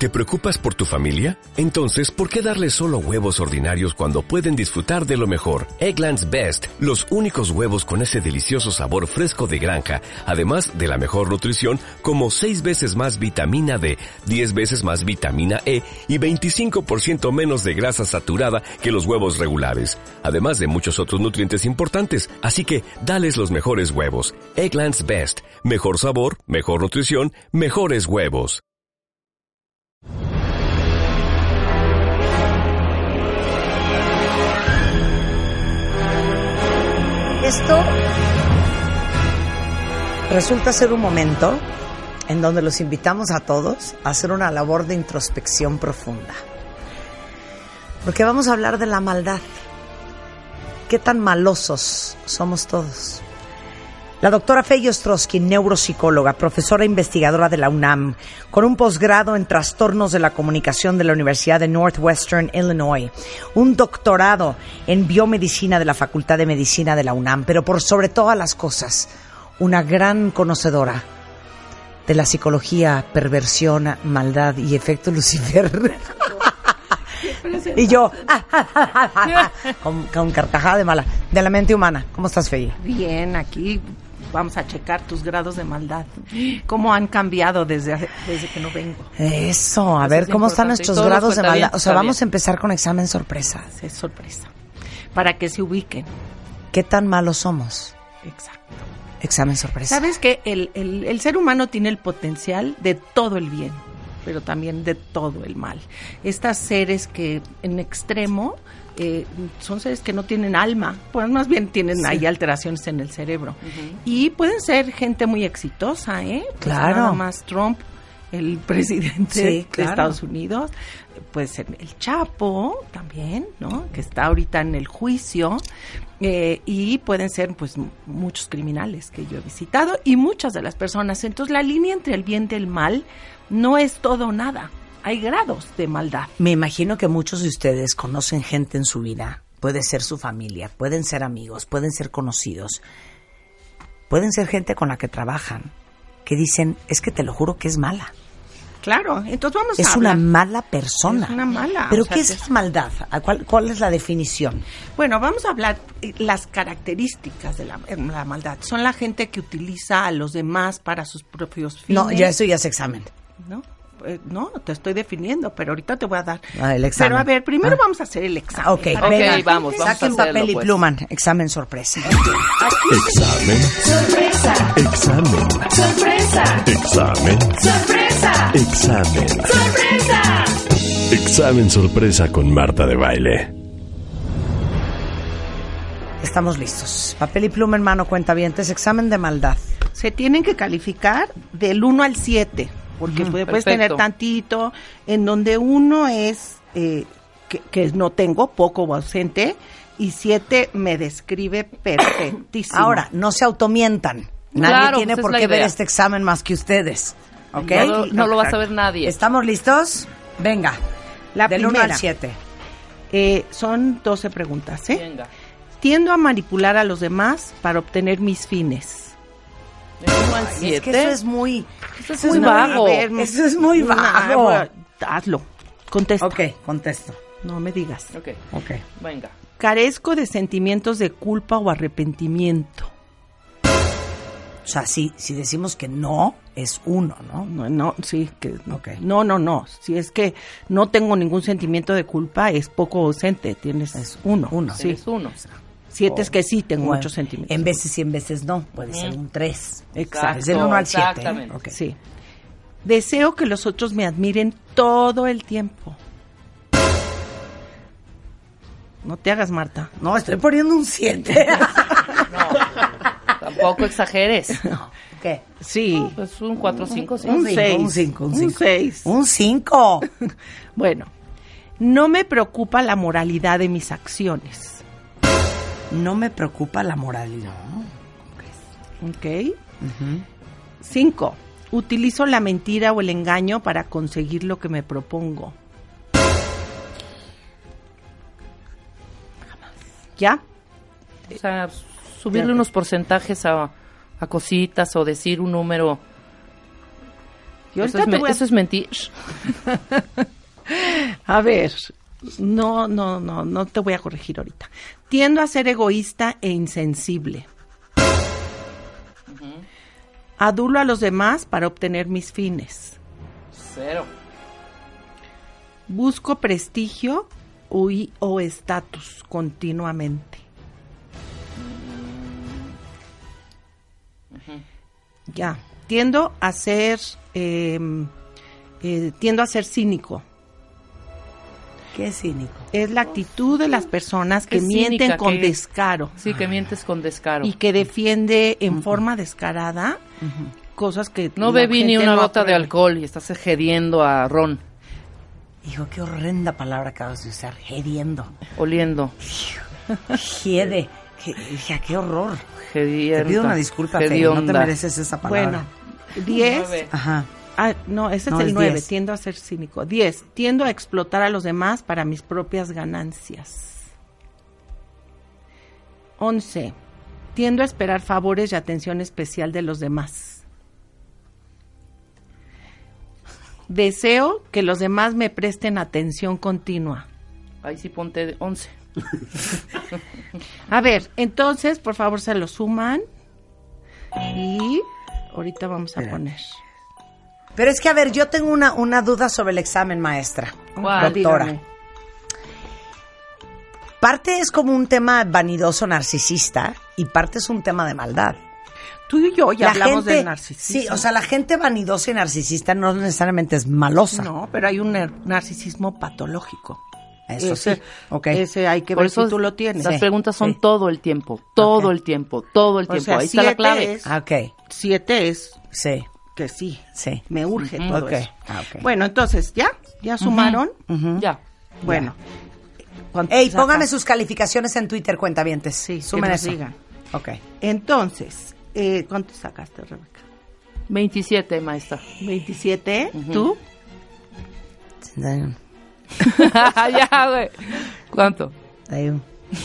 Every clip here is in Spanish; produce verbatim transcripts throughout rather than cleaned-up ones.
¿Te preocupas por tu familia? Entonces, ¿por qué darles solo huevos ordinarios cuando pueden disfrutar de lo mejor? Eggland's Best, los únicos huevos con ese delicioso sabor fresco de granja, además de la mejor nutrición, como seis veces más vitamina D, diez veces más vitamina E y veinticinco por ciento menos de grasa saturada que los huevos regulares, además de muchos otros nutrientes importantes. Así que, dales los mejores huevos. Eggland's Best, mejor sabor, mejor nutrición, mejores huevos. Esto resulta ser un momento en donde los invitamos a todos a hacer una labor de introspección profunda. Porque vamos a hablar de la maldad. ¿Qué tan malosos somos todos? La doctora Fey Ostrowski, neuropsicóloga, profesora investigadora de la UNAM, con un posgrado en trastornos de la comunicación de la Universidad de Northwestern Illinois, un doctorado en biomedicina de la Facultad de Medicina de la UNAM, pero por sobre todas las cosas, una gran conocedora de la psicología, perversión, maldad y efecto Lucifer. Y yo, con, con carcajada de mala, de la mente humana. ¿Cómo estás, Fey? Bien, aquí vamos a checar tus grados de maldad. ¿Cómo han cambiado desde, desde que no vengo? Eso, a Eso ver, es ¿cómo están importante. nuestros grados de maldad? O sea, vamos bien. a empezar con examen sorpresa. Es sorpresa. Para que se ubiquen. ¿Qué tan malos somos? Exacto. Examen sorpresa. ¿Sabes que el, el, el ser humano tiene el potencial de todo el bien, pero también de todo el mal? Estas seres que en extremo eh, son seres que no tienen alma, pues más bien tienen sí. ahí alteraciones en el cerebro. Uh-huh. Y pueden ser gente muy exitosa, ¿eh? Pues claro. Nada más Trump, el presidente sí, claro. de Estados Unidos, pues el Chapo también, ¿no? Que está ahorita en el juicio. Eh, y pueden ser pues muchos criminales que yo he visitado y muchas de las personas. Entonces la línea entre el bien y el mal no es todo o nada. Hay grados de maldad. Me imagino que muchos de ustedes conocen gente en su vida. Puede ser su familia, pueden ser amigos, pueden ser conocidos. Pueden ser gente con la que trabajan, que dicen, es que te lo juro que es mala. Claro, entonces vamos es a hablar. Es una mala persona. Es una mala. ¿Pero o sea, qué es la maldad? ¿Cuál, ¿Cuál es la definición? Bueno, vamos a hablar las características de la, la maldad. Son la gente que utiliza a los demás para sus propios fines. No, ya eso ya es examen. ¿No? Eh, no, te estoy definiendo, pero ahorita te voy a dar. Ah, el examen. Pero a ver, primero ah. vamos a hacer el examen. Ah, ok, venga, okay, vamos, vamos saquen a hacerlo, papel y pues. pluma, examen sorpresa. Examen. Sorpresa. Examen. Sorpresa. Examen. Sorpresa. Examen. Sorpresa. Examen sorpresa con Marta de Baile. Estamos listos. Papel y pluma en mano, cuentavientes. Examen de maldad. Se tienen que calificar del uno al siete. Porque uh-huh, puedes perfecto. tener tantito, en donde uno es eh, que, que no tengo, poco o ausente, y siete me describe perfectísimo. Ahora, no se automientan. Nadie claro, tiene pues por qué ver este examen más que ustedes. ¿Ok? No, no lo va a saber nadie. ¿Estamos listos? Venga, la del primera, uno al siete. Eh, son doce preguntas, ¿eh? Venga. Tiendo a manipular a los demás para obtener mis fines. Ay, es que eso es muy, eso es muy no, vago. Ver, eso es muy vago. No, hazlo. Contesta. Ok, contesto. No me digas. Ok. Ok. Venga. Carezco de sentimientos de culpa o arrepentimiento. O sea, si, si decimos que no, es uno, ¿no? No, no, sí. Que, okay. No, no, no. Si es que no tengo ningún sentimiento de culpa, es poco ausente. Tienes es uno. Uno. Sí. Es uno. Siete oh. es que sí, tengo bueno, muchos sentimientos. En veces sí, en veces no. Puede mm. ser un tres. Exacto. Es del uno al siete. Exactamente. ¿eh? Okay. Sí. Deseo que los otros me admiren todo el tiempo. No te hagas, Marta. No, estoy poniendo un siete. No, tampoco exageres. No. ¿Qué? Sí. No, pues un cuatro, cinco, sí. Un seis. Un cinco, un cinco. Un seis. Un cinco. Bueno, no me preocupa la moralidad de mis acciones. No me preocupa la moralidad. Ok. Uh-huh. Cinco. Utilizo la mentira o el engaño para conseguir lo que me propongo. ¿Ya? O sea, subirle unos porcentajes a, a cositas o decir un número. Yo Eso ahorita es, te me- voy a- eso es mentir. A ver, no, no, no, no te voy a corregir ahorita. Tiendo a ser egoísta e insensible. Adulo a los demás para obtener mis fines. Cero. Busco prestigio uy, o estatus continuamente. Ya, tiendo a ser, eh, eh, tiendo a ser cínico. ¿Qué es cínico? Es la actitud de las personas que Qué mienten cínica, con qué- descaro Sí, que mientes con descaro. y que defiende en forma descarada cosas que No la bebí ni gente una no gota de aprueba. alcohol y estás gediendo a ron, Hijo, qué horrenda palabra acabas de usar. Hediendo. oliendo. Hiede. Qué- Hija, qué horror. Gedienta, Te pido una disculpa, Fe. No te hedionda. mereces esa palabra. Bueno, diez. Nueve. Ajá. Ah, no, ese No, es el es nueve. diez. Tiendo a ser cínico. Diez. Tiendo a explotar a los demás para mis propias ganancias. Once. Tiendo a esperar favores y atención especial de los demás. Deseo que los demás me presten atención continua. Ahí sí ponte de once. A ver, entonces, por favor, se lo suman. Y ahorita vamos a poner. Pero es que, a ver, yo tengo una, una duda sobre el examen, maestra. ¿Cuál? Doctora. Dígame. Parte es como un tema vanidoso narcisista y parte es un tema de maldad. Tú y yo ya La hablamos gente- del narcisismo. Sí, o sea, la gente vanidosa y narcisista no necesariamente es malosa. No, pero hay un nar- narcisismo patológico. Eso ese, sí. Ok. Ese hay que Por ver eso si tú lo tienes. Las Sí, preguntas son sí. todo el tiempo, todo Ok. el tiempo, todo el O tiempo. sea, Ahí está la siete clave. es- Ah, ok. Siete es Sí, que sí, sí. me urge Ujú. todo Ok. eso. Ah, ok. Bueno, entonces, ¿ya? ¿Ya sumaron? Ujú. Ya. Bueno. ¿Cuánto Ey, sacas? póngame sus calificaciones en Twitter, cuentavientes. Sí, que Sumen nos eso. digan. Ok. Entonces, eh, ¿cuánto sacaste, Rebeca? veintisiete, maestra. ¿veintisiete? ¿Tú? Ya, güey. ¿Cuánto? Hay un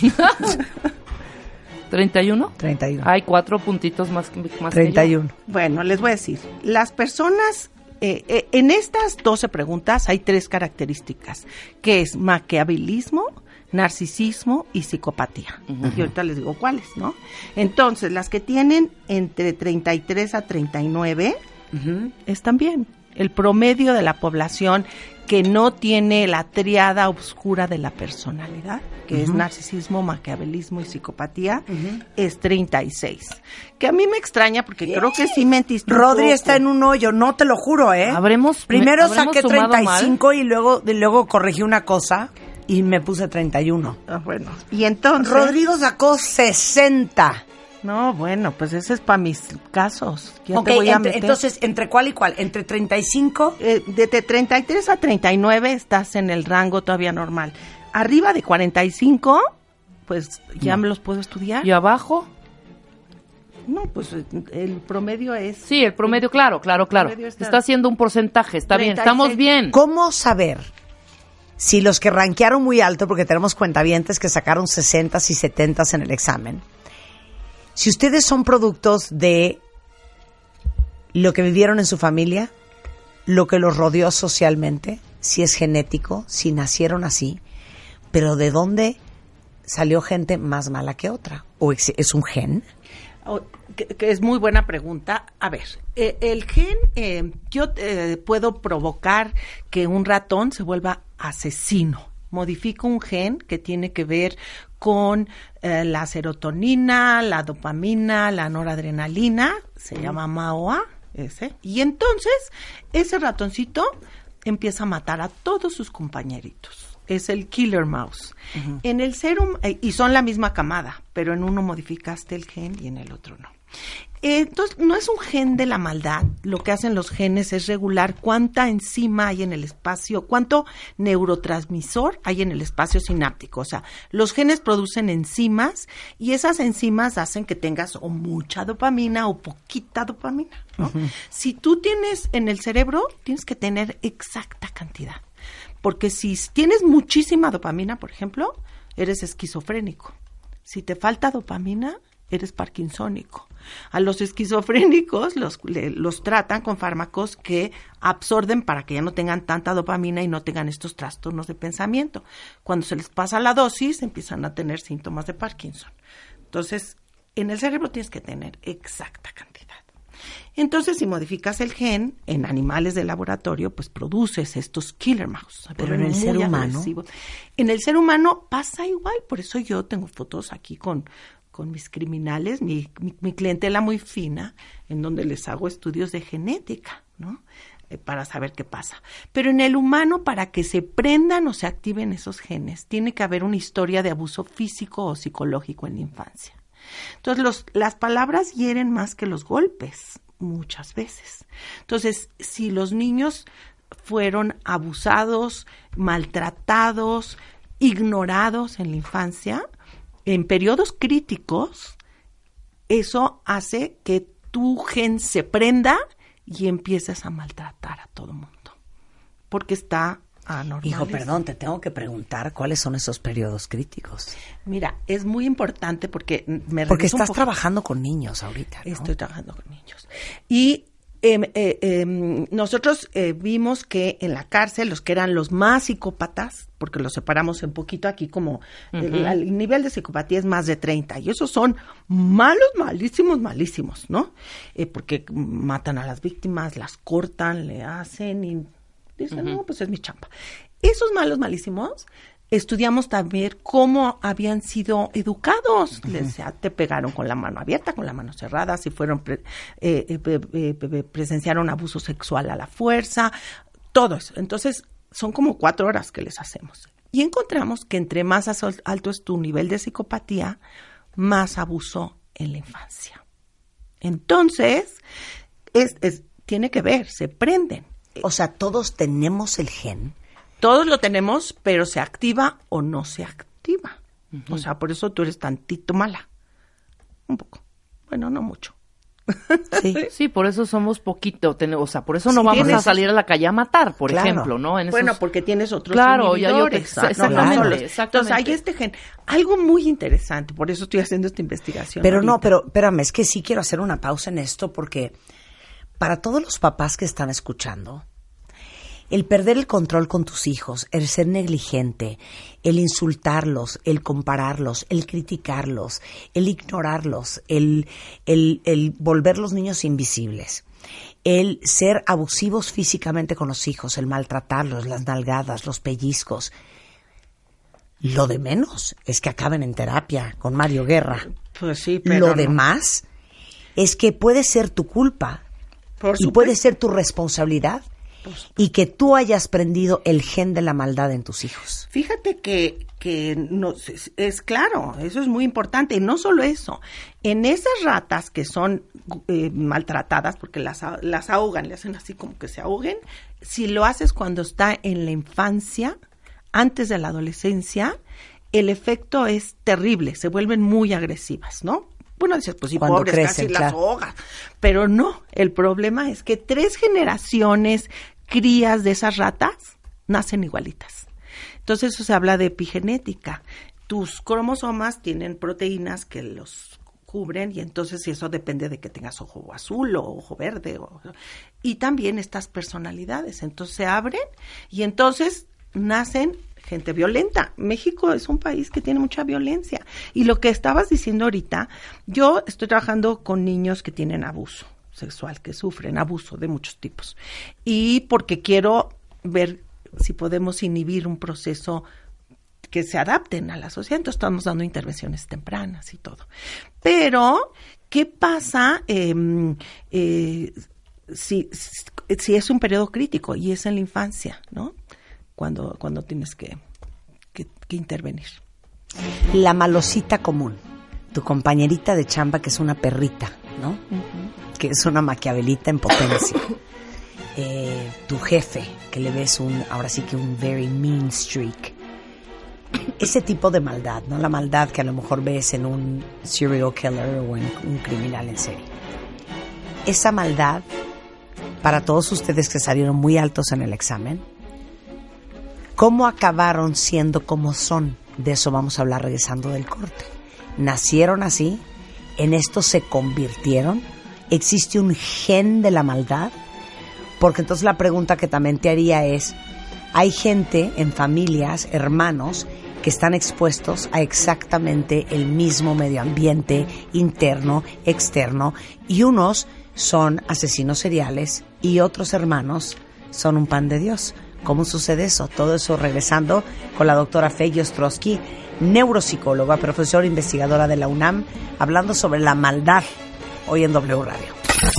¿treinta y uno? treinta y uno. Hay cuatro puntitos más, que- más treinta y que yo. uno. Bueno, les voy a decir, las personas, eh, eh, en estas doce preguntas hay tres características, que es maquiavelismo, narcisismo y psicopatía. Y ahorita les digo cuáles, ¿no? Entonces, las que tienen entre treinta y tres a treinta y nueve Ujú. están bien. El promedio de la población que no tiene la triada oscura de la personalidad, que es narcisismo, maquiavelismo y psicopatía, es treinta y seis. Que a mí me extraña porque creo que sí mentiste un Rodri poco. está en un hoyo, no te lo juro, ¿eh? Habremos- Primero ¿habremos saqué sumado treinta y cinco y luego, y luego corregí una cosa y me puse treinta y uno. Ah, bueno. Y entonces... Rodrigo sacó sesenta. No, bueno, pues ese es para mis casos. Ya Ok, te voy a entre- meter. entonces, ¿entre cuál y cuál? ¿Entre treinta y cinco? Eh, desde treinta y tres a treinta y nueve estás en el rango todavía normal. Arriba de cuarenta y cinco, pues ya me los puedo estudiar. ¿Y abajo? No, pues eh, el promedio es... Sí, el promedio, claro, claro, claro. promedio está- Está haciendo un porcentaje, está bien, treinta y estamos seis. bien. ¿Cómo saber si los que rankearon muy alto, porque tenemos cuentavientes que sacaron sesenta y setenta en el examen, si ustedes son productos de lo que vivieron en su familia, lo que los rodeó socialmente, si es genético, si nacieron así, pero de dónde salió gente más mala que otra? ¿O es, es un gen? Oh, que, que es muy buena pregunta. A ver, eh, el gen, eh, yo eh, puedo provocar que un ratón se vuelva asesino. Modifico un gen que tiene que ver con eh, la serotonina, la dopamina, la noradrenalina, se llama M A O A, ese. Y entonces, ese ratoncito empieza a matar a todos sus compañeritos. Es el killer mouse. En el serum, eh, y son la misma camada, pero en uno modificaste el gen y en el otro no. Eh, entonces, no es un gen de la maldad. Lo que hacen los genes es regular cuánta enzima hay en el espacio, cuánto neurotransmisor hay en el espacio sináptico. O sea, los genes producen enzimas y esas enzimas hacen que tengas o mucha dopamina o poquita dopamina, ¿no? Uh-huh. Si tú tienes en el cerebro, tienes que tener exacta cantidad. Porque si tienes muchísima dopamina, por ejemplo, eres esquizofrénico. Si te falta dopamina, eres parkinsónico. A los esquizofrénicos los, le, los tratan con fármacos que absorben para que ya no tengan tanta dopamina y no tengan estos trastornos de pensamiento. Cuando se les pasa la dosis, empiezan a tener síntomas de Parkinson. Entonces, en el cerebro tienes que tener exacta cantidad. Entonces, si modificas el gen en animales de laboratorio, pues produces estos killer mouse. Pero en el ser humano. Agresivos. En el ser humano pasa igual. Por eso yo tengo fotos aquí con, con mis criminales, mi, mi, mi clientela muy fina, en donde les hago estudios de genética, ¿no? Eh, para saber qué pasa. Pero en el humano, para que se prendan o se activen esos genes, tiene que haber una historia de abuso físico o psicológico en la infancia. Entonces, los, las palabras hieren más que los golpes, muchas veces. Entonces, si los niños fueron abusados, maltratados, ignorados en la infancia, en periodos críticos, eso hace que tu gen se prenda y empieces a maltratar a todo mundo, porque está anormal. Hijo, perdón, te tengo que preguntar cuáles son esos periodos críticos. Mira, es muy importante porque me Porque regreso un estás poco. trabajando con niños ahorita, ¿no? Estoy trabajando con niños. Y eh, eh, eh, nosotros eh, vimos que en la cárcel, los que eran los más psicópatas, porque los separamos un poquito aquí como uh-huh. el, el nivel de psicopatía es más de treinta, y esos son malos, malísimos, malísimos, ¿no? Eh, porque matan a las víctimas, las cortan, le hacen y dicen, uh-huh. no, pues es mi chamba. Esos malos, malísimos, estudiamos también cómo habían sido educados. Uh-huh. Les, te pegaron con la mano abierta, con la mano cerrada, si fueron pre, eh, eh, eh, eh, presenciaron abuso sexual a la fuerza, todo eso. Entonces, son como cuatro horas que les hacemos. Y encontramos que entre más alto es tu nivel de psicopatía, más abuso en la infancia. Entonces, es, es, tiene que ver, se prenden. O sea, todos tenemos el gen. Todos lo tenemos, pero se activa o no se activa. Uh-huh. O sea, por eso tú eres tantito mala. Un poco. Bueno, no mucho. Sí, sí, por eso somos poquito, ten, o sea, por eso no sí, vamos a salir a la calle a matar, por claro. ejemplo, ¿no? En esos... Bueno, porque tienes otros claro, inhibidores. Ya yo te... exactamente, no, no, exactamente. Entonces hay este gen. Algo muy interesante, por eso estoy haciendo esta investigación. Pero ahorita. no, pero espérame, es que sí quiero hacer una pausa en esto, porque para todos los papás que están escuchando, el perder el control con tus hijos, el ser negligente, el insultarlos, el compararlos, el criticarlos, el ignorarlos, el, el, el volver los niños invisibles, el ser abusivos físicamente con los hijos, el maltratarlos, las nalgadas, los pellizcos. Lo de menos es que acaben en terapia con Mario Guerra. Pues sí, pero Lo no. demás es que puede ser tu culpa y puede ser tu responsabilidad. Y que tú hayas prendido el gen de la maldad en tus hijos. Fíjate que, que no, es, es claro, eso es muy importante. Y no solo eso, en esas ratas que son eh, maltratadas, porque las, las ahogan, le hacen así como que se ahoguen, si lo haces cuando está en la infancia, antes de la adolescencia, el efecto es terrible, se vuelven muy agresivas, ¿no? Bueno, dices, pues sí, Cuando pobres, crecen, casi claro. las ahogas. Pero no, el problema es que tres generaciones crías de esas ratas nacen igualitas. Entonces eso se habla de epigenética. Tus cromosomas tienen proteínas que los cubren y entonces eso depende de que tengas ojo azul o ojo verde. O, y también estas personalidades. Entonces se abren y entonces nacen gente violenta. México es un país que tiene mucha violencia. Y lo que estabas diciendo ahorita, yo estoy trabajando con niños que tienen abuso sexual, que sufren abuso de muchos tipos. Y porque quiero ver si podemos inhibir un proceso que se adapten a la sociedad. Entonces estamos dando intervenciones tempranas y todo. Pero, ¿qué pasa eh, eh, si, si es un periodo crítico y es en la infancia, ¿no? Cuando, cuando tienes que, que, que intervenir. La malosita común, tu compañerita de chamba que es una perrita, ¿no? Uh-huh. Que es una maquiavelita en potencia. eh, tu jefe, que le ves un, ahora sí que un very mean streak. Ese tipo de maldad, ¿no? La maldad que a lo mejor ves en un serial killer o en un criminal en serie. Esa maldad, para todos ustedes que salieron muy altos en el examen, ¿cómo acabaron siendo como son? De eso vamos a hablar regresando del corte. ¿Nacieron así? en esto se convirtieron? ¿Existe un gen de la maldad? Porque entonces la pregunta que también te haría es, hay gente en familias, hermanos, que están expuestos a exactamente el mismo medio ambiente interno, externo, y unos son asesinos seriales y otros hermanos son un pan de Dios. ¿Cómo sucede eso? Todo eso regresando con la doctora Fey Ostrowski, neuropsicóloga, profesora investigadora de la UNAM, hablando sobre la maldad hoy en W Radio.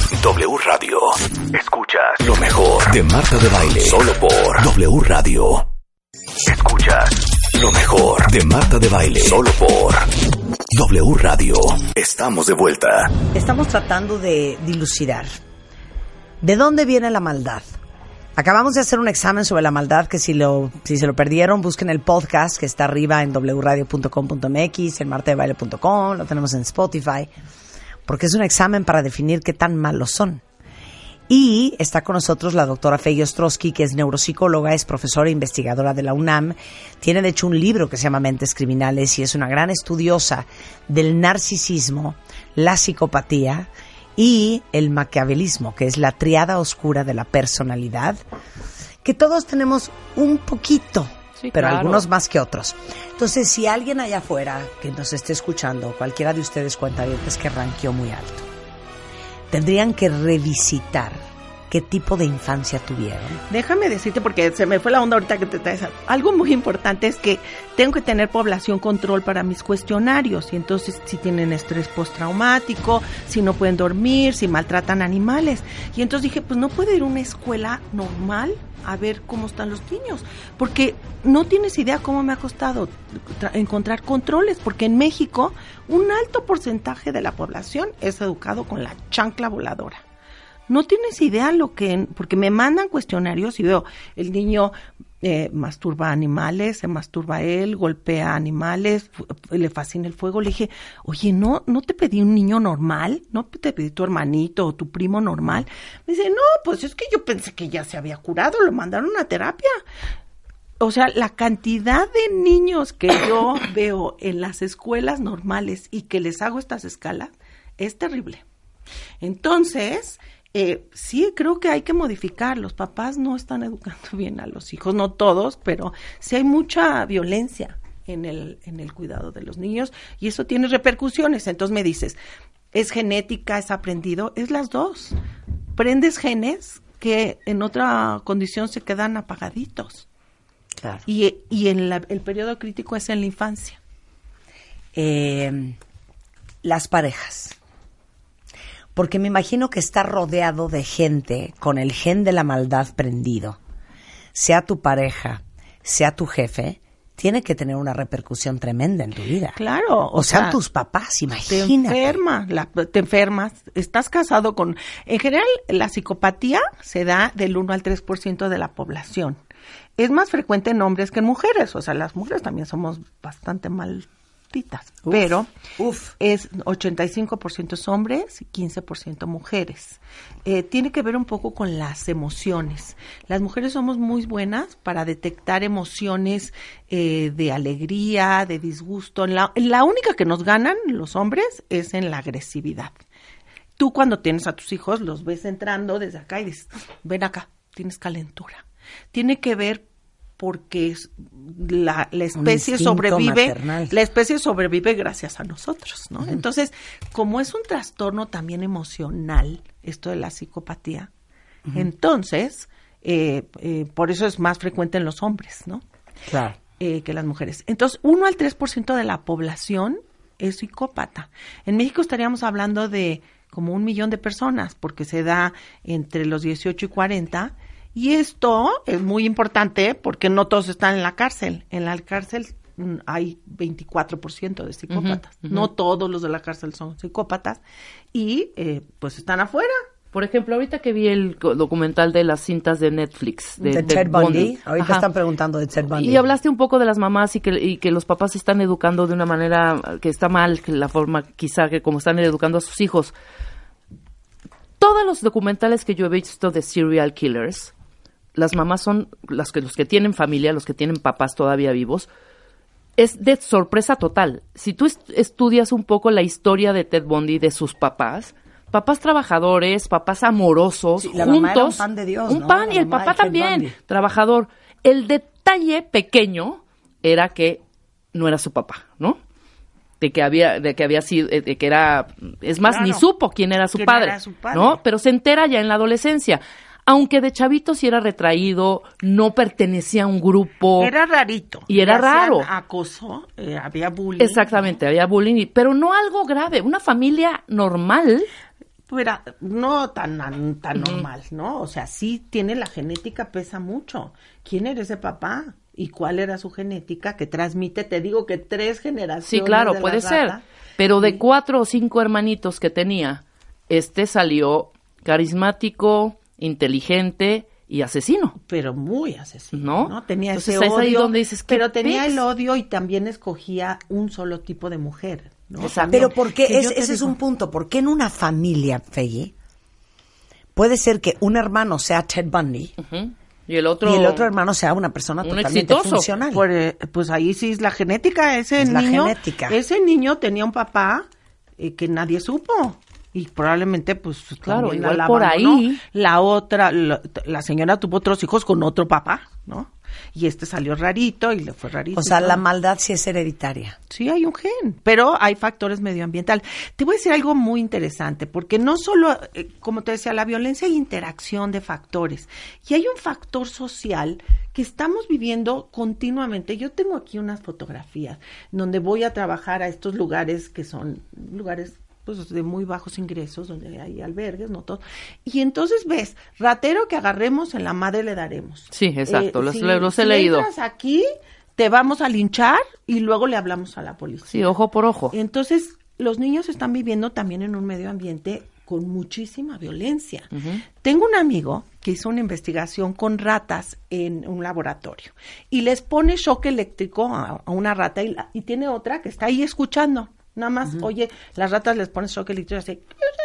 W Radio. Escuchas lo mejor de Marta de Baile. Solo por W Radio. Escuchas lo mejor de Marta de Baile. Solo por W Radio. Estamos de vuelta. Estamos tratando de dilucidar ¿de dónde viene la maldad? Acabamos de hacer un examen sobre la maldad que si lo si se lo perdieron, busquen el podcast que está arriba en doble u radio punto com punto m x, en marta de baile punto com, lo tenemos en Spotify, porque es un examen para definir qué tan malos son. Y está con nosotros la doctora Fey Ostrowski, que es neuropsicóloga, es profesora e investigadora de la UNAM. Tiene, de hecho, un libro que se llama Mentes Criminales y es una gran estudiosa del narcisismo, la psicopatía y el maquiavelismo, que es la triada oscura de la personalidad, que todos tenemos un poquito, sí, pero claro, algunos más que otros. Entonces, si alguien allá afuera que nos esté escuchando, cualquiera de ustedes cuentavientes que ranqueó muy alto, tendrían que revisitar qué tipo de infancia tuvieron. Déjame decirte, porque se me fue la onda ahorita que te traes. Algo muy importante es que tengo que tener población control para mis cuestionarios. Y entonces, si tienen estrés postraumático, si no pueden dormir, si maltratan animales. Y entonces dije, pues no puedo ir a una escuela normal a ver cómo están los niños. Porque no tienes idea cómo me ha costado tra- encontrar controles. Porque en México, un alto porcentaje de la población es educado con la chancla voladora. No tienes idea lo que... Porque me mandan cuestionarios y veo, el niño eh, masturba animales, se masturba él, golpea animales, f- le fascina el fuego. Le dije, oye, ¿no no te pedí un niño normal? ¿No te pedí tu hermanito o tu primo normal? Me dice, no, pues es que yo pensé que ya se había curado, lo mandaron a terapia. O sea, la cantidad de niños que yo veo en las escuelas normales y que les hago estas escalas es terrible. Entonces... Eh, sí, creo que hay que modificar. Los papás no están educando bien a los hijos, no todos, pero sí hay mucha violencia en el en el cuidado de los niños y eso tiene repercusiones. Entonces me dices, ¿es genética, es aprendido? Es las dos. Prendes genes que en otra condición se quedan apagaditos. Claro. Y, y en la, el periodo crítico es en la infancia. Eh, las parejas. Porque me imagino que estar rodeado de gente con el gen de la maldad prendido, sea tu pareja, sea tu jefe, tiene que tener una repercusión tremenda en tu vida. Claro. O, o sean sea, tus papás, imagínate. Te enferma, la, te enfermas, estás casado con... En general, la psicopatía se da del uno al tres por ciento de la población. Es más frecuente en hombres que en mujeres, o sea, las mujeres también somos bastante mal... Uf, pero uf. Es ochenta y cinco por ciento hombres y quince por ciento mujeres. Eh, tiene que ver un poco con las emociones. Las mujeres somos muy buenas para detectar emociones eh, de alegría, de disgusto. La, la única que nos ganan los hombres es en la agresividad. Tú cuando tienes a tus hijos los ves entrando desde acá y dices, ven acá, tienes calentura. Tiene que ver porque la, la especie sobrevive, maternal. La especie sobrevive gracias a nosotros, ¿no? Uh-huh. Entonces, como es un trastorno también emocional, esto de la psicopatía, uh-huh. entonces, eh, eh, por eso es más frecuente en los hombres, ¿no? Claro. Eh, que las mujeres. Entonces, uno al tres por ciento de la población es psicópata. En México estaríamos hablando de como un millón de personas, porque se da entre los dieciocho y cuarenta. Y esto es muy importante porque no todos están en la cárcel. En la cárcel hay veinticuatro por ciento de psicópatas. Uh-huh, uh-huh. No todos los de la cárcel son psicópatas. Y eh, pues están afuera. Por ejemplo, ahorita que vi el documental de las cintas de Netflix. De, de Ted Bundy. Bundy. Ahorita Ajá. están preguntando de Ted Bundy. Y hablaste un poco de las mamás y que, y que los papás se están educando de una manera que está mal, que la forma quizá que como están educando a sus hijos. Todos los documentales que yo he visto de serial killers... Las mamás son las que, los que tienen familia, los que tienen papás todavía vivos, es de sorpresa total. Si tú est- estudias un poco la historia de Ted Bundy, de sus papás, papás trabajadores, papás amorosos, Sí, la juntos. mamá era un pan de Dios, Un ¿no? pan La y el mamá de papá Ted también, Bundy. trabajador. El detalle pequeño era que no era su papá, ¿no? De que había, de que había sido, de que era, es más, Claro. ni supo quién era su ¿Quién padre, era su padre? ¿no? Pero se entera ya en la adolescencia. Aunque de chavito sí era retraído, no pertenecía a un grupo. Era rarito. Y era Le hacían raro. acoso, eh, había bullying. Exactamente, había bullying, y- pero no algo grave. Una familia normal. Pero no tan, tan normal, ¿no? O sea, sí tiene la genética, pesa mucho. ¿Quién era ese papá? ¿Y cuál era su genética que transmite? Te digo que tres generaciones. Sí, claro, de la puede ser. rata. Pero de Y- cuatro o cinco hermanitos que tenía, este salió carismático, inteligente y asesino. Pero muy asesino, ¿No? ¿no? Tenía Entonces, ese es odio. ahí donde dices, ¿qué pero tenía pex? el odio y también escogía un solo tipo de mujer, ¿no? Exacto. Pero ¿por qué? Que Es- yo te ese es digo- un punto. ¿Por qué en una familia, Feggy, puede ser que un hermano sea Ted Bundy Ujú. Y el otro. y el otro hermano sea una persona un totalmente exitoso. funcional? Por, eh, pues ahí sí es la genética. Ese Es la niño, genética. ese niño tenía un papá eh, que nadie supo. Y probablemente, pues, Claro, también igual la por abandonó. ahí. La otra, la, la señora tuvo otros hijos con otro papá, ¿no? Y este salió rarito y le fue rarito. O sea, y todo. la maldad sí es hereditaria. Sí, hay un gen, pero hay factores medioambientales. Te voy a decir algo muy interesante, porque no solo, eh, como te decía, la violencia hay interacción de factores. Y hay un factor social que estamos viviendo continuamente. Yo tengo aquí unas fotografías donde voy a trabajar a estos lugares que son lugares pues de muy bajos ingresos, donde hay albergues, no todo. Y entonces ves, ratero que agarremos, en la madre le daremos. Sí, exacto, los- si- los he si leído. entras aquí, te vamos a linchar y luego le hablamos a la policía. Sí, ojo por ojo. Entonces, los niños están viviendo también en un medio ambiente con muchísima violencia. Tengo un amigo que hizo una investigación con ratas en un laboratorio y les pone shock eléctrico a, a una rata y, la- y tiene otra que está ahí escuchando. Nada más, oye, las ratas les ponen shock eléctrico así,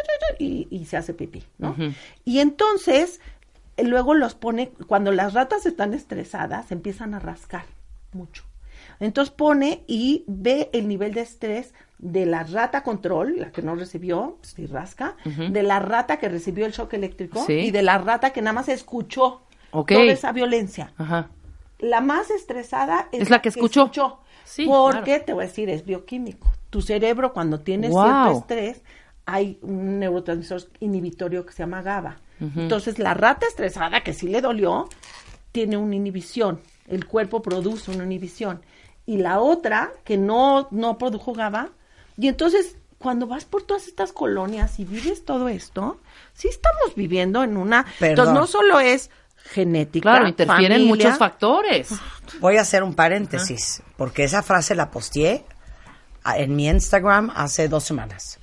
y, y se hace pipí, ¿no? Ujú. Y entonces, eh, luego los pone, cuando las ratas están estresadas, empiezan a rascar mucho. Entonces pone y ve el nivel de estrés de la rata control, la que no recibió, si rasca, de la rata que recibió el shock eléctrico Sí. y de la rata que nada más escuchó Ok. toda esa violencia. Ajá. La más estresada es, Es la que escuchó. Sí, porque, claro. te voy a decir, es bioquímico. Tu cerebro, cuando tiene Wow. cierto estrés, hay un neurotransmisor inhibitorio que se llama GABA. Entonces, la rata estresada, que sí le dolió, tiene una inhibición. El cuerpo produce una inhibición. Y la otra, que no, no produjo GABA, y entonces, cuando vas por todas estas colonias y vives todo esto, sí estamos viviendo en una... Perdón. Entonces, no solo es genética, Claro, interfieren familia, muchos factores. Voy a hacer un paréntesis, porque esa frase la posteé a- en mi Instagram hace dos semanas.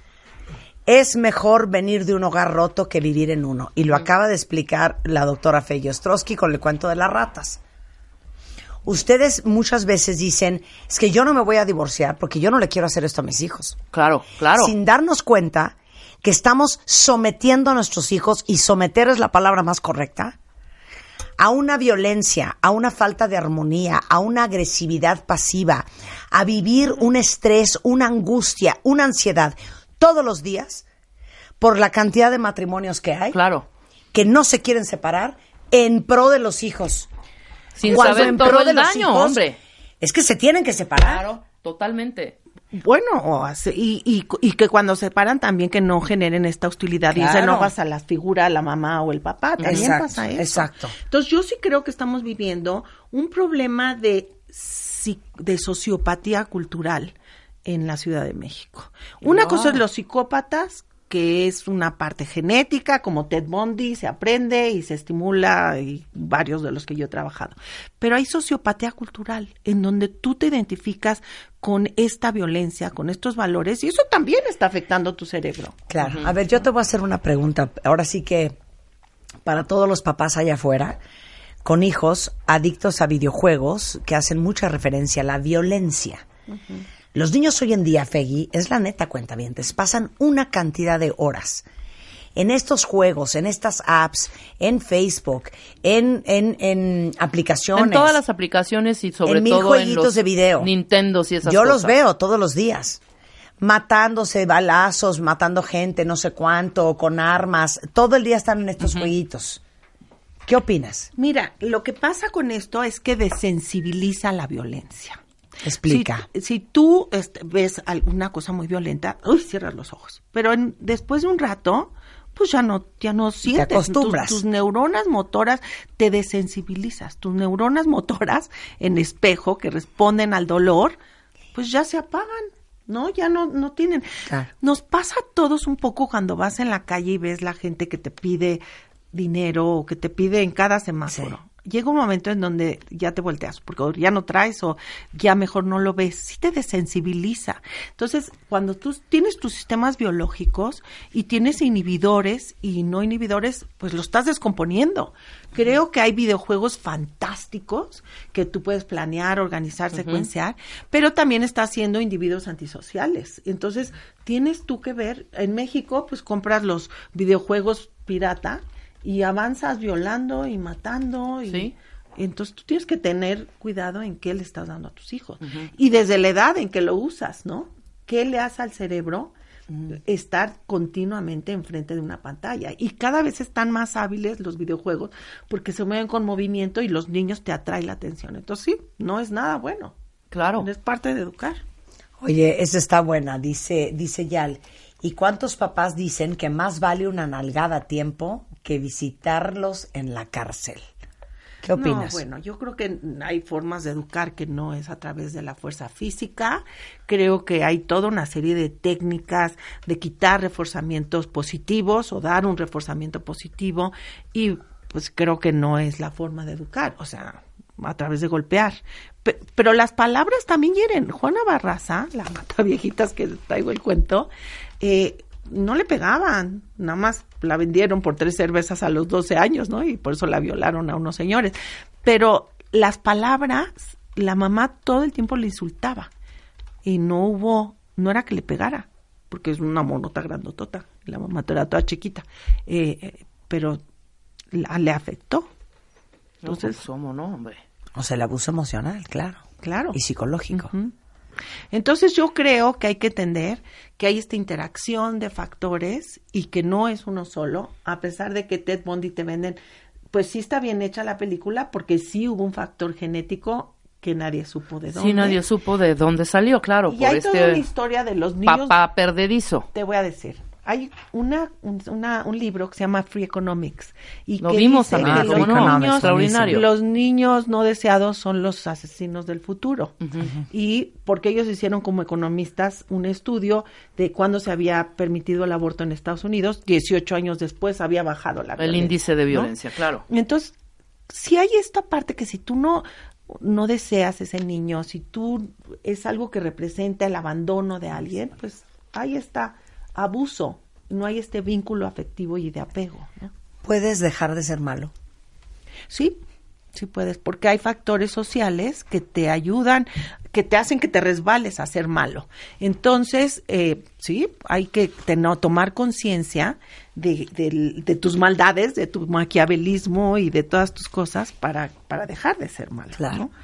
Es mejor venir de un hogar roto que vivir en uno. Y lo acaba de explicar la doctora Feggy Ostrowski con el cuento de las ratas. Ustedes muchas veces dicen, es que yo no me voy a divorciar porque yo no le quiero hacer esto a mis hijos. Claro, claro. Sin darnos cuenta que estamos sometiendo a nuestros hijos, y someter es la palabra más correcta, a una violencia, a una falta de armonía, a una agresividad pasiva, a vivir un estrés, una angustia, una ansiedad todos los días por la cantidad de matrimonios que hay, Claro. que no se quieren separar en pro de los hijos. Sin Cuando saber en todo pro el de los daño, hijos, hombre. Es que se tienen que separar. Claro, totalmente. Bueno, o hace- y, y, y que cuando se paran también que no generen esta hostilidad y se Claro. enojas a la figura, la mamá o el papá, también Exacto, pasa eso. exacto. Entonces yo sí creo que estamos viviendo un problema de, si- de sociopatía cultural en la Ciudad de México. Una Wow. cosa es los psicópatas, que es una parte genética, como Ted Bundy, se aprende y se estimula, y varios de los que yo he trabajado. Pero hay sociopatía cultural, en donde tú te identificas con esta violencia, con estos valores, y eso también está afectando tu cerebro. Claro. A ver, yo te voy a hacer una pregunta. Ahora sí que para todos los papás allá afuera, con hijos adictos a videojuegos, que hacen mucha referencia a la violencia. Los niños hoy en día, Feggy, es la neta, cuentavientes, pasan una cantidad de horas en estos juegos, en estas apps, en Facebook, en, en, en aplicaciones. En todas las aplicaciones y sobre en mil todo jueguitos en los de video. Nintendos y esas Yo cosas. los veo todos los días. Matándose, balazos, matando gente, no sé cuánto, con armas. Todo el día están en estos uh-huh. jueguitos. ¿Qué opinas? Mira, lo que pasa con esto es que desensibiliza la violencia. Explica. Si, si tú este, ves alguna cosa muy violenta, uy, cierras los ojos. Pero en, después de un rato, pues ya no, ya no sientes. Te acostumbras. Tus, tus neuronas motoras te desensibilizas. Tus neuronas motoras en espejo que responden al dolor, pues ya se apagan. No, ya no, no tienen. Claro. Nos pasa a todos un poco cuando vas en la calle y ves la gente que te pide dinero o que te pide en cada semáforo. Sí. Llega un momento en donde ya te volteas, porque ya no traes o ya mejor no lo ves. Sí te desensibiliza. Entonces, cuando tú tienes tus sistemas biológicos y tienes inhibidores y no inhibidores, pues lo estás descomponiendo. Creo que hay videojuegos fantásticos que tú puedes planear, organizar, uh-huh. secuenciar, pero también está haciendo individuos antisociales. Entonces, tienes tú que ver, en México, pues compras los videojuegos pirata y avanzas violando y matando. Y, ¿sí? y entonces tú tienes que tener cuidado en qué le estás dando a tus hijos. Uh-huh. Y desde la edad en que lo usas, ¿no? ¿Qué le hace al cerebro uh-huh. estar continuamente enfrente de una pantalla? Y cada vez están más hábiles los videojuegos porque se mueven con movimiento y los niños te atraen la atención. Entonces sí, no es nada bueno. Claro. Es parte de educar. Oye, esa está buena, dice, dice Yal. ¿Y cuántos papás dicen que más vale una nalgada a tiempo que visitarlos en la cárcel? ¿Qué opinas? No, bueno, yo creo que hay formas de educar que no es a través de la fuerza física. Creo que hay toda una serie de técnicas de quitar reforzamientos positivos o dar un reforzamiento positivo y pues creo que no es la forma de educar, o sea, a través de golpear. Pe- pero las palabras también hieren. Juana Barraza, la mata viejitas que traigo el cuento, eh, no le pegaban, nada más la vendieron por tres cervezas a los doce años, ¿no? Y por eso la violaron a unos señores. Pero las palabras, la mamá todo el tiempo le insultaba y no hubo, no era que le pegara, porque es una monota grandotota, la mamá era toda chiquita, eh, eh, pero la, le afectó. Entonces, no, ¿cómo no, hombre? O sea, el abuso emocional, claro. Claro. Y psicológico. Uh-huh. Entonces yo creo que hay que entender que hay esta interacción de factores y que no es uno solo, a pesar de que Ted Bundy te venden, pues sí está bien hecha la película porque sí hubo un factor genético que nadie supo de dónde. Sí, nadie supo de dónde salió, claro. Y por hay este toda una historia de los niños. Papá perdedizo. Te voy a decir. Hay una, un, una, un libro que se llama Free Economics. Y Lo que vimos dice también, que ¿cómo los, no? niños, Extraordinario. los niños no deseados son los asesinos del futuro. Uh-huh. Y porque ellos hicieron como economistas un estudio de cuándo se había permitido el aborto en Estados Unidos. dieciocho años después había bajado la el violencia. El índice de violencia, ¿no? Claro. Entonces, si hay esta parte que si tú no... no deseas ese niño, si tú es algo que representa el abandono de alguien, pues ahí está abuso, no hay este vínculo afectivo y de apego, ¿no? ¿Puedes dejar de ser malo? Sí, sí puedes, porque hay factores sociales que te ayudan, que te hacen que te resbales a ser malo. Entonces, eh, sí, hay que tener, tomar conciencia de, de, de tus maldades, de tu maquiavelismo y de todas tus cosas para, para dejar de ser malo. Claro. ¿No?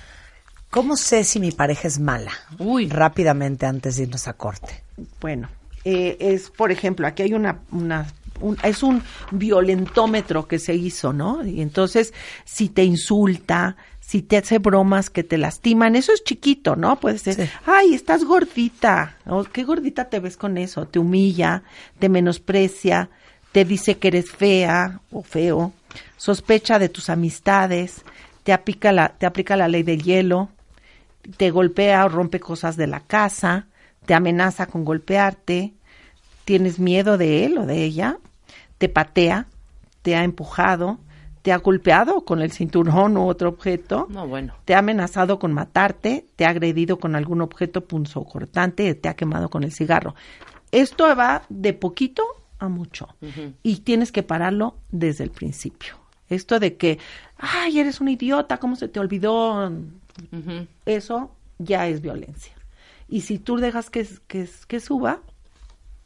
¿Cómo sé si mi pareja es mala? Uy. Rápidamente antes de irnos a corte. Bueno, eh, es, por ejemplo, aquí hay una... una Un, es un violentómetro que se hizo, ¿no? Y entonces, si te insulta, si te hace bromas que te lastiman, eso es chiquito, ¿no? Puede ser, sí. Ay, estás gordita, ¿no? ¿Qué gordita te ves con eso? Te humilla, te menosprecia, te dice que eres fea o feo, sospecha de tus amistades, te aplica la, te aplica la ley del hielo, te golpea o rompe cosas de la casa, te amenaza con golpearte, tienes miedo de él o de ella, te patea, te ha empujado, te ha golpeado con el cinturón u otro objeto, no, bueno. te ha amenazado con matarte, te ha agredido con algún objeto punzocortante, te ha quemado con el cigarro. Esto va de poquito a mucho, uh-huh. y tienes que pararlo desde el principio. Esto de que, ay, eres un idiota, ¿cómo se te olvidó? Uh-huh. Eso ya es violencia. Y si tú dejas que, que, que suba,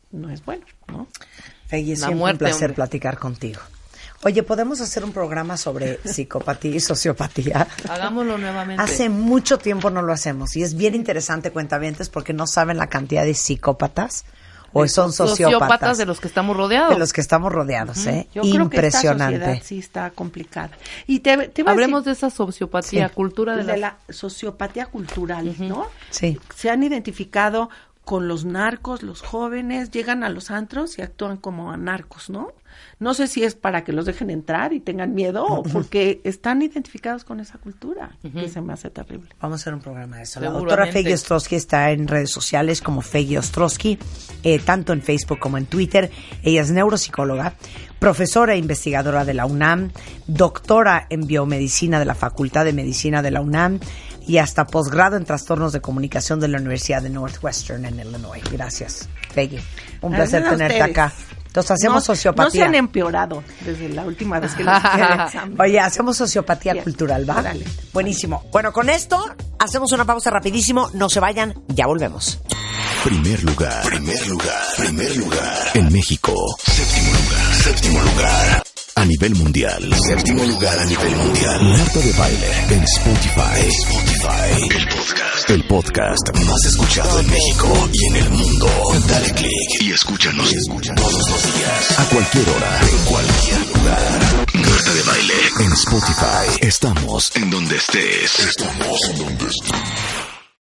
no es bueno, ¿no? Fegui, La siempre muerte, un placer hombre. platicar contigo. Oye, ¿podemos hacer un programa sobre psicopatía y sociopatía? Hagámoslo nuevamente. Hace mucho tiempo no lo hacemos y es bien interesante, cuentavientes, porque no saben la cantidad de psicópatas o son sociópatas, Sociópatas de los que estamos rodeados. de los que estamos rodeados, ¿eh? Yo creo que esta Impresionante. sociedad sí está complicada. Y te, te iba a Hablemos decir, de esa sociopatía, Sí. cultura de, de la... la sociopatía cultural, ¿no? Sí. Se han identificado con los narcos, los jóvenes llegan a los antros y actúan como narcos, ¿no? No sé si es para que los dejen entrar y tengan miedo o porque están identificados con esa cultura, que se me hace terrible. Vamos a hacer un programa de eso. La Seguramente. doctora Fegui Ostrowski está en redes sociales como Fegui Ostrowski, eh, tanto en Facebook como en Twitter. Ella es neuropsicóloga, profesora e investigadora de la UNAM, doctora en biomedicina de la Facultad de Medicina de la UNAM y hasta posgrado en trastornos de comunicación de la Universidad de Northwestern en Illinois. Gracias, Fegui. Un placer Gracias a tenerte ustedes. acá. Entonces hacemos No- sociopatía. No se han empeorado desde la última vez que les hice el examen. Oye, hacemos sociopatía Bien. cultural, ¿va? Órale. Buenísimo. Bueno, con esto hacemos una pausa rapidísimo. No se vayan, ya volvemos. Primer lugar, primer lugar, primer lugar. En México, séptimo lugar, séptimo lugar. A nivel mundial, séptimo lugar a nivel mundial. Marta de Baile en Spotify. Spotify, el podcast, el podcast más escuchado en México y en el mundo. Dale click y escúchanos, escúchanos todos los días, a cualquier hora, en cualquier lugar. Marta de Baile en Spotify. Estamos en donde estés. Estamos en donde estés.